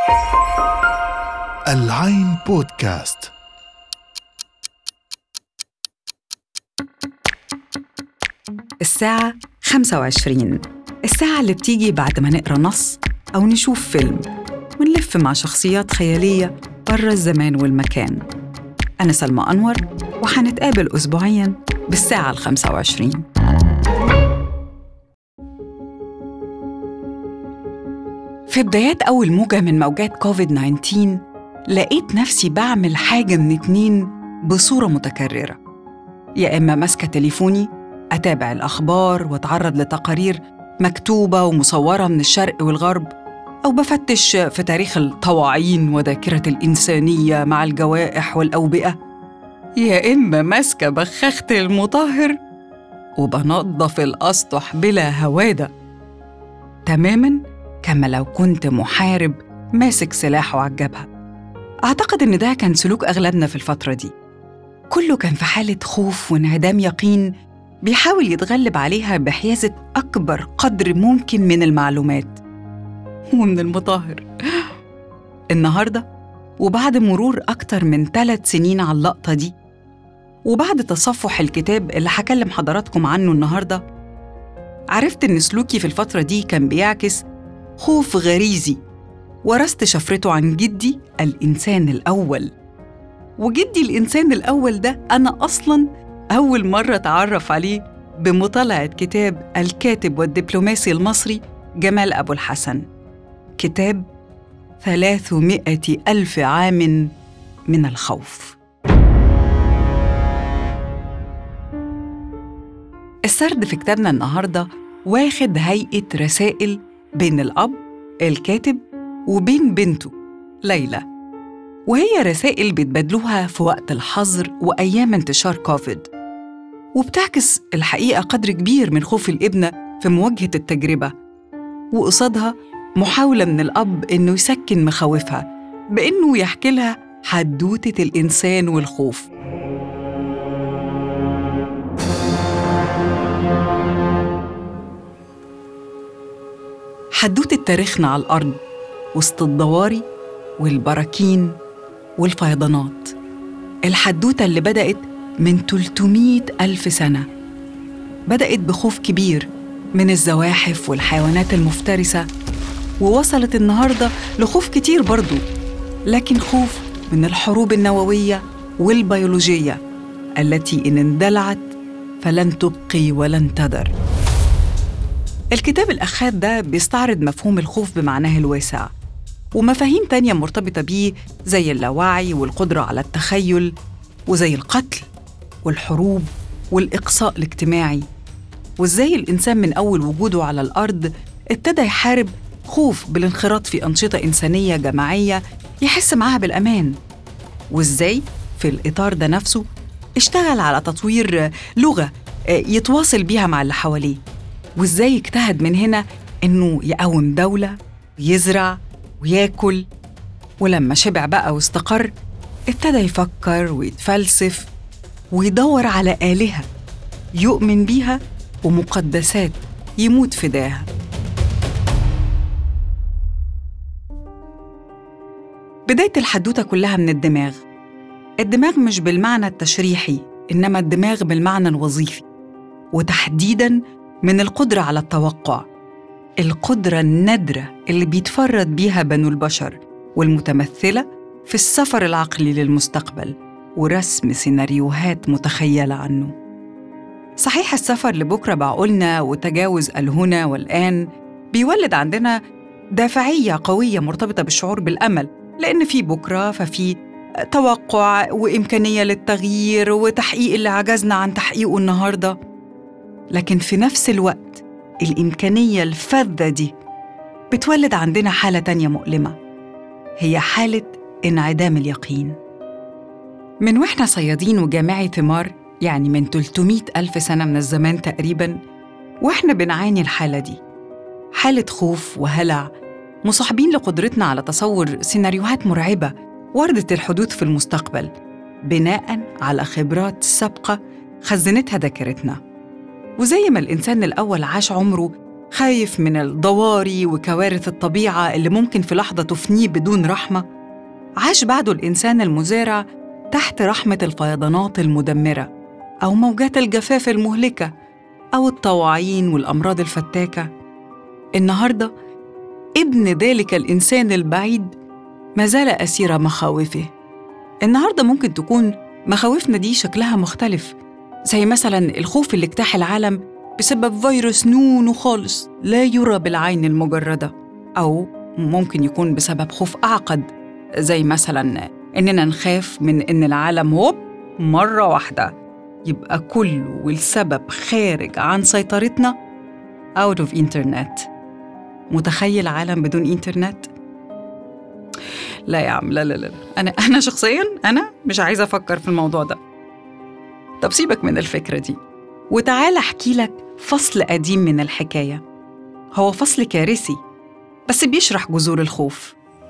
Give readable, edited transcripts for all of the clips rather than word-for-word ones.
العين بودكاست. الساعة 25، الساعة اللي بتيجي بعد ما نقرأ نص أو نشوف فيلم ونلف مع شخصيات خيالية برا الزمان والمكان. أنا سلمى أنور، وحنتقابل أسبوعياً بالساعة 25. في بدايات أول موجة من موجات كوفيد-19 لقيت نفسي بعمل حاجة من اتنين بصورة متكررة: يا إما ماسكة تليفوني أتابع الأخبار وأتعرض لتقارير مكتوبة ومصورة من الشرق والغرب، أو بفتش في تاريخ الطواعين وذاكرة الإنسانية مع الجوائح والأوبئة، يا إما ماسكة بخاخة المطهر وبنظف الأسطح بلا هوادة، تماماً كما لو كنت محارب ماسك سلاحه على الجبهة. أعتقد إن ده كان سلوك أغلبنا في الفترة دي، كله كان في حالة خوف وانعدام يقين بيحاول يتغلب عليها بحيازة أكبر قدر ممكن من المعلومات ومن المطهر. النهاردة، وبعد مرور أكتر من 3 سنين على اللقطة دي، وبعد تصفح الكتاب اللي هكلم حضراتكم عنه النهاردة، عرفت إن سلوكي في الفترة دي كان بيعكس خوف غريزي ورثت شفرته عن جدي الإنسان الأول. وجدي الإنسان الأول ده أنا أصلاً أول مرة أتعرف عليه بمطالعة كتاب الكاتب والدبلوماسي المصري جمال أبو الحسن، كتاب 300,000 عام من الخوف. السرد في كتابنا النهاردة واخد هيئة رسائل بين الأب الكاتب وبين بنته ليلى، وهي رسائل بيتبادلوها في وقت الحظر وأيام انتشار كوفيد، وبتعكس الحقيقة قدر كبير من خوف الابنة في مواجهة التجربة، وقصادها محاولة من الأب إنه يسكن مخاوفها بإنه يحكي لها حدوتة الإنسان والخوف. حدوتة تاريخنا على الأرض وسط الضواري والبراكين والفيضانات، الحدوتة اللي بدأت من 300,000 سنة، بدأت بخوف كبير من الزواحف والحيوانات المفترسة، ووصلت النهاردة لخوف كتير برضو، لكن خوف من الحروب النووية والبيولوجية التي إن اندلعت فلن تبقي ولن تذر. الكتاب الأخاد ده بيستعرض مفهوم الخوف بمعناه الواسع، ومفاهيم تانية مرتبطة بيه زي اللاوعي والقدرة على التخيل، وزي القتل والحروب والإقصاء الاجتماعي، وإزاي الإنسان من أول وجوده على الأرض ابتدى يحارب خوف بالانخراط في أنشطة إنسانية جماعية يحس معاها بالأمان، وإزاي في الإطار ده نفسه اشتغل على تطوير لغة يتواصل بيها مع اللي حواليه، وإزاي اجتهد من هنا إنه يقوم دولة ويزرع وياكل، ولما شبع بقى واستقر ابتدى يفكر ويتفلسف ويدور على آلهة يؤمن بيها ومقدسات يموت فداها. بداية الحدوتة كلها من الدماغ. الدماغ مش بالمعنى التشريحي، إنما الدماغ بالمعنى الوظيفي، وتحديداً من القدرة على التوقع، القدرة النادرة اللي بيتفرد بيها بنو البشر، والمتمثلة في السفر العقلي للمستقبل ورسم سيناريوهات متخيلة عنه. صحيح السفر لبكرة بعقولنا وتجاوز الهنا والآن بيولد عندنا دافعية قوية مرتبطة بالشعور بالأمل، لأن في بكرة ففي توقع وإمكانية للتغيير وتحقيق اللي عجزنا عن تحقيقه النهاردة. لكن في نفس الوقت الإمكانية الفذة دي بتولد عندنا حالة تانية مؤلمة، هي حالة انعدام اليقين. من وإحنا صيادين وجامعي ثمار، يعني من 300,000 سنة من الزمان تقريباً، وإحنا بنعاني الحالة دي، حالة خوف وهلع مصاحبين لقدرتنا على تصور سيناريوهات مرعبة واردة الحدوث في المستقبل بناءً على خبرات سابقة خزنتها ذاكرتنا. وزي ما الإنسان الأول عاش عمره خايف من الضواري وكوارث الطبيعة اللي ممكن في لحظة تفنيه بدون رحمة. عاش بعده الإنسان المزارع تحت رحمة الفيضانات المدمرة أو موجات الجفاف المهلكة أو الطواعين والأمراض الفتاكة. النهاردة ابن ذلك الإنسان البعيد ما زال أسير مخاوفه. النهاردة ممكن تكون مخاوفنا دي شكلها مختلف، زي مثلاً الخوف اللي اجتاح العالم بسبب فيروس نونو خالص لا يرى بالعين المجردة، أو ممكن يكون بسبب خوف أعقد، زي مثلاً إننا نخاف من إن العالم هوب مرة واحدة يبقى كله والسبب خارج عن سيطرتنا out of internet. متخيل عالم بدون إنترنت؟ لا يا عم، لا. أنا شخصياً أنا مش عايزة أفكر في الموضوع ده. طب سيبك من الفكرة دي وتعال أحكي لك فصل قديم من الحكاية. هو فصل كارثي بس بيشرح جذور الخوف.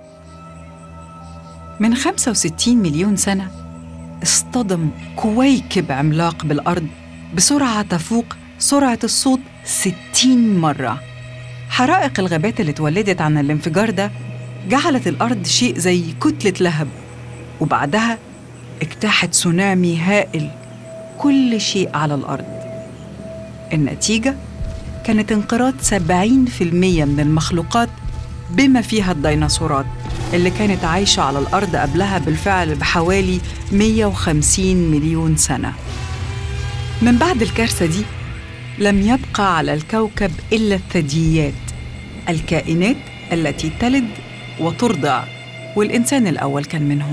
من 65 مليون سنة اصطدم كويكب عملاق بالأرض بسرعة تفوق سرعة الصوت 60 مرة. حرائق الغابات اللي اتولدت عن الانفجار ده جعلت الأرض شيء زي كتلة لهب، وبعدها اجتاحت تسونامي هائل كل شيء على الأرض. النتيجة كانت انقراض 70% من المخلوقات بما فيها الديناصورات اللي كانت عايشة على الأرض قبلها بالفعل بحوالي 150 مليون سنة. من بعد الكارثة دي لم يبقى على الكوكب إلا الثدييات، الكائنات التي تلد وترضع، والإنسان الأول كان منهم.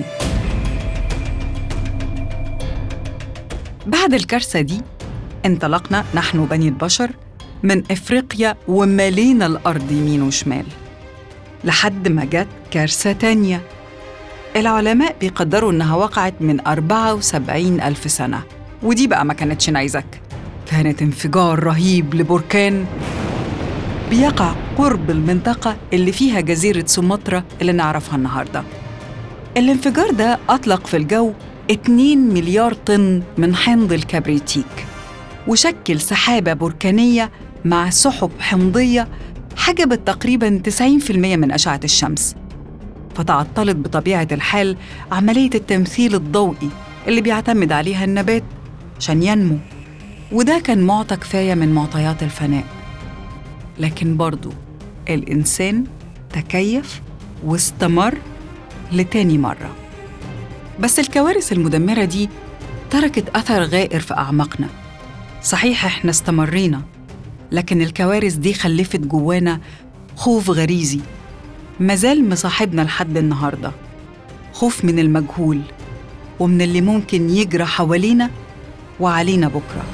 بعد الكارثة دي انطلقنا نحن بني البشر من إفريقيا ومالينا الأرض يمين وشمال لحد ما جت كارثة تانية. العلماء بيقدروا إنها وقعت من 74 ألف سنة، ودي بقى ما كانتش نيزك، كانت انفجار رهيب لبركان بيقع قرب المنطقة اللي فيها جزيرة سومطرة اللي نعرفها النهاردة. الانفجار ده أطلق في الجو 2 مليار طن من حمض الكبريتيك، وشكل سحابة بركانية مع سحب حمضية حجبت تقريباً 90% من أشعة الشمس، فتعطلت بطبيعة الحال عملية التمثيل الضوئي اللي بيعتمد عليها النبات عشان ينمو، وده كان معطى كفاية من معطيات الفناء. لكن برضو الإنسان تكيف واستمر لتاني مرة. بس الكوارث المدمرة دي تركت أثر غائر في أعماقنا. صحيح إحنا استمرينا، لكن الكوارث دي خلفت جوانا خوف غريزي مازال مصاحبنا لحد النهاردة، خوف من المجهول ومن اللي ممكن يجرى حوالينا وعلينا بكرة.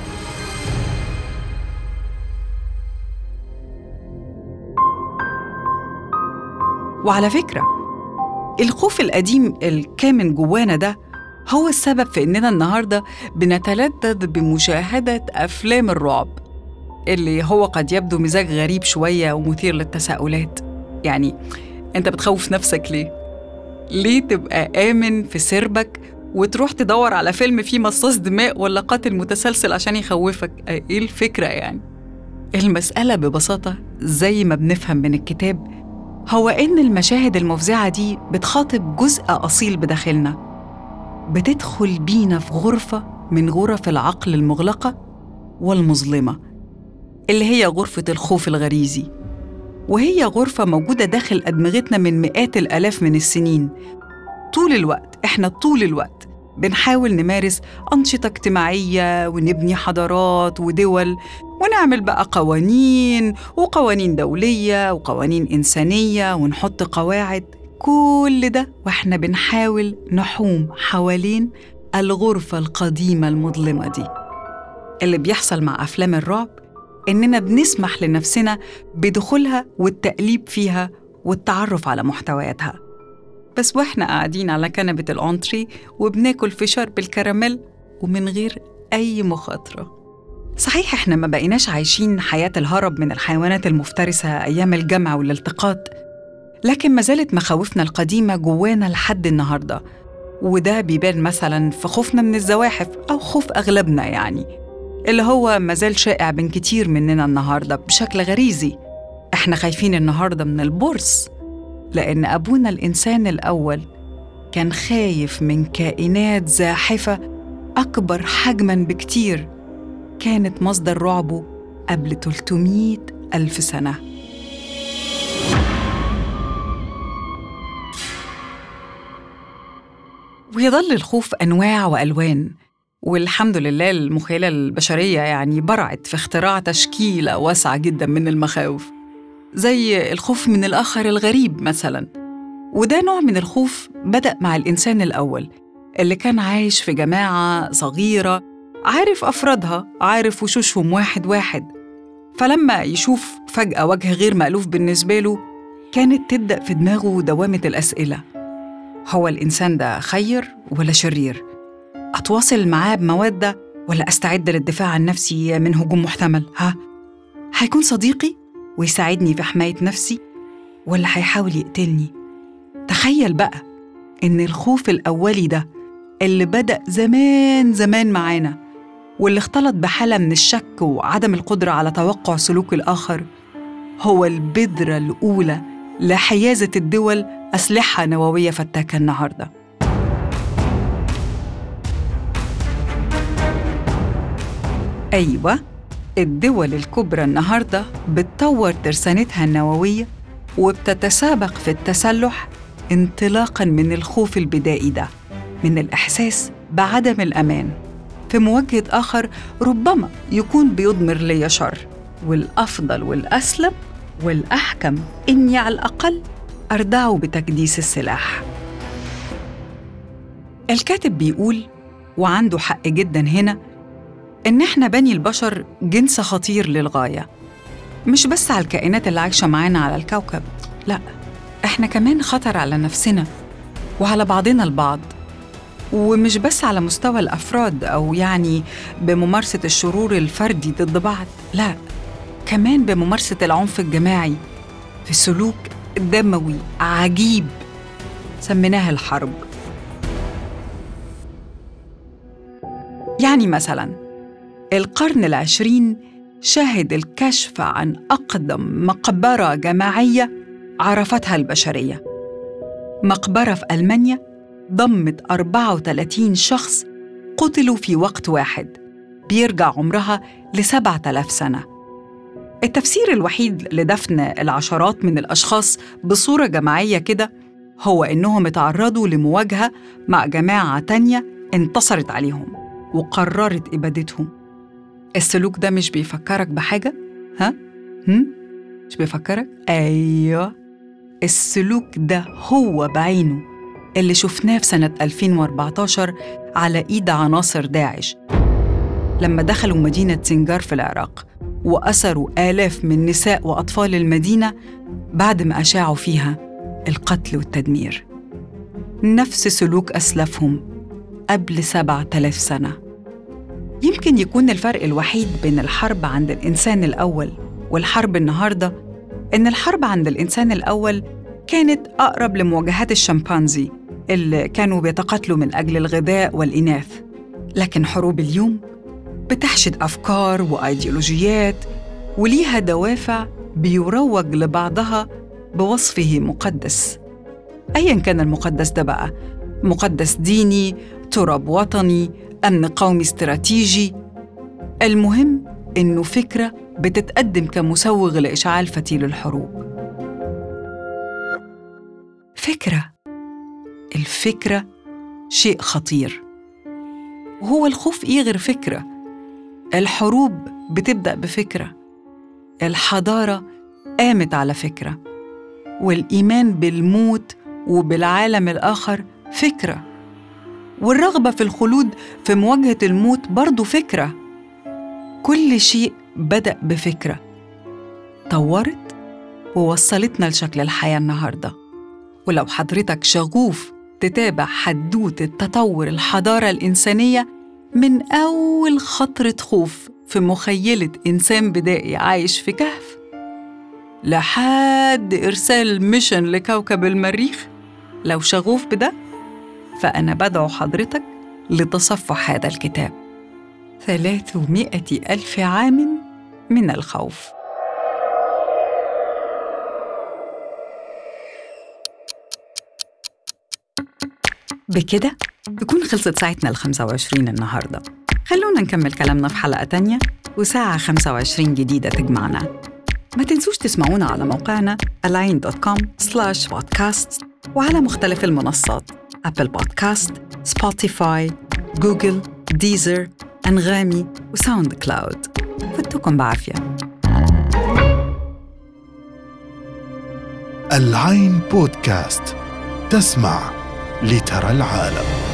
وعلى فكرة الخوف القديم الكامن جوانا ده هو السبب في إننا النهاردة بنتلذذ بمشاهدة أفلام الرعب، اللي هو قد يبدو مزاج غريب شوية ومثير للتساؤلات. يعني أنت بتخوف نفسك ليه؟ ليه تبقى آمن في سربك وتروح تدور على فيلم فيه مصاص دماء ولا قاتل متسلسل عشان يخوفك؟ إيه الفكرة يعني؟ المسألة ببساطة زي ما بنفهم من الكتاب، هو إن المشاهد المفزعة دي بتخاطب جزء أصيل بداخلنا، بتدخل بينا في غرفة من غرف العقل المغلقة والمظلمة اللي هي غرفة الخوف الغريزي، وهي غرفة موجودة داخل أدمغتنا من مئات الآلاف من السنين. إحنا طول الوقت بنحاول نمارس أنشطة اجتماعية ونبني حضارات ودول ونعمل بقى قوانين وقوانين دولية وقوانين إنسانية ونحط قواعد، كل ده وإحنا بنحاول نحوم حوالين الغرفة القديمة المظلمة دي. اللي بيحصل مع أفلام الرعب إننا بنسمح لنفسنا بدخولها والتقليب فيها والتعرف على محتوياتها، بس وإحنا قاعدين على كنبة الأنتري وبناكل فشار بالكراميل ومن غير أي مخاطرة. صحيح إحنا ما بقيناش عايشين حياة الهرب من الحيوانات المفترسة أيام الجمع والالتقاط، لكن ما زالت مخاوفنا القديمة جوانا لحد النهاردة، وده بيبان مثلاً في خوفنا من الزواحف أو خوف أغلبنا يعني، اللي هو ما زال شائع بين كتير مننا النهاردة بشكل غريزي. إحنا خايفين النهاردة من البرص لأن أبونا الإنسان الأول كان خايف من كائنات زاحفة أكبر حجماً بكتير كانت مصدر رعبه قبل 300 ألف سنة. ويظل الخوف أنواع وألوان، والحمد لله المخيلة البشرية يعني برعت في اختراع تشكيلة واسعة جداً من المخاوف، زي الخوف من الآخر الغريب مثلاً. وده نوع من الخوف بدأ مع الإنسان الأول اللي كان عايش في جماعة صغيرة، عارف أفرادها، عارف وشوشهم واحد واحد، فلما يشوف فجأة وجه غير مألوف بالنسبة له كانت تبدأ في دماغه دوامة الأسئلة: هو الإنسان ده خير ولا شرير؟ أتواصل معاه بمودة ولا أستعد للدفاع عن نفسي من هجوم محتمل؟ هيكون صديقي ويساعدني في حماية نفسي ولا هيحاول يقتلني؟ تخيل بقى إن الخوف الأولي ده اللي بدأ زمان زمان معانا واللي اختلط بحالة من الشك وعدم القدرة على توقع سلوك الآخر هو البذرة الأولى لحيازة الدول أسلحة نووية فتاكة النهاردة. أيوة، الدول الكبرى النهاردة بتطور ترسانتها النووية وبتتسابق في التسلح انطلاقاً من الخوف البدائي ده، من الإحساس بعدم الأمان في مواجهة آخر ربما يكون بيضمر لي شر، والأفضل والأسلم والأحكم إني على الأقل أردعه بتكديس السلاح. الكاتب بيقول، وعنده حق جداً هنا، إن إحنا بني البشر جنس خطير للغاية، مش بس على الكائنات اللي عايشة معانا على الكوكب، لأ، إحنا كمان خطر على نفسنا وعلى بعضنا البعض، ومش بس على مستوى الأفراد أو يعني بممارسة الشرور الفردي ضد بعض، لا، كمان بممارسة العنف الجماعي في سلوك دموي عجيب سميناه الحرب. يعني مثلاً القرن العشرين شهد الكشف عن أقدم مقبرة جماعية عرفتها البشرية، مقبرة في ألمانيا ضمت 34 شخص قتلوا في وقت واحد بيرجع عمرها ل7000 سنة. التفسير الوحيد لدفن العشرات من الأشخاص بصورة جماعية كده هو إنهم اتعرضوا لمواجهة مع جماعة تانية انتصرت عليهم وقررت إبادتهم. السلوك ده مش بيفكرك بحاجة؟ مش بيفكرك؟ أيوة، السلوك ده هو بعينه اللي شفناه في سنة 2014 على إيد عناصر داعش لما دخلوا مدينة سنجار في العراق وأسروا آلاف من نساء وأطفال المدينة بعد ما أشاعوا فيها القتل والتدمير. نفس سلوك أسلافهم قبل 7000 سنة. يمكن يكون الفرق الوحيد بين الحرب عند الإنسان الأول والحرب النهاردة إن الحرب عند الإنسان الأول كانت أقرب لمواجهات الشمبانزي اللي كانوا بيتقاتلوا من أجل الغذاء والإناث، لكن حروب اليوم بتحشد أفكار وأيديولوجيات وليها دوافع بيروج لبعضها بوصفه مقدس، أياً كان المقدس ده بقى، مقدس ديني، تراب وطني، أمن قومي استراتيجي. المهم إنه فكرة بتتقدم كمسوغ لإشعال فتيل الحروب. الفكرة شيء خطير، وهو الخوف إيه غير فكرة؟ الحروب بتبدأ بفكرة، الحضارة قامت على فكرة، والإيمان بالموت وبالعالم الآخر فكرة، والرغبة في الخلود في مواجهة الموت برضو فكرة. كل شيء بدأ بفكرة طورت ووصلتنا لشكل الحياة النهاردة. ولو حضرتك شغوف تتابع حدوتة تطور الحضارة الإنسانية من أول خطرة خوف في مخيلة إنسان بدائي عايش في كهف لحد إرسال ميشن لكوكب المريخ، لو شغوف بده فأنا بدعو حضرتك لتصفح هذا الكتاب 300,000 عام من الخوف. بكده تكون خلصت ساعتنا 25 النهاردة. خلونا نكمل كلامنا في حلقة تانية وساعة 25 جديدة تجمعنا. ما تنسوش تسمعونا على موقعنا align.com/podcast وعلى مختلف المنصات أبل بودكاست، سبوتيفاي، جوجل، ديزر، أنغامي وساوند كلاود. فتكم بعافية. العين بودكاست، تسمع لترى العالم.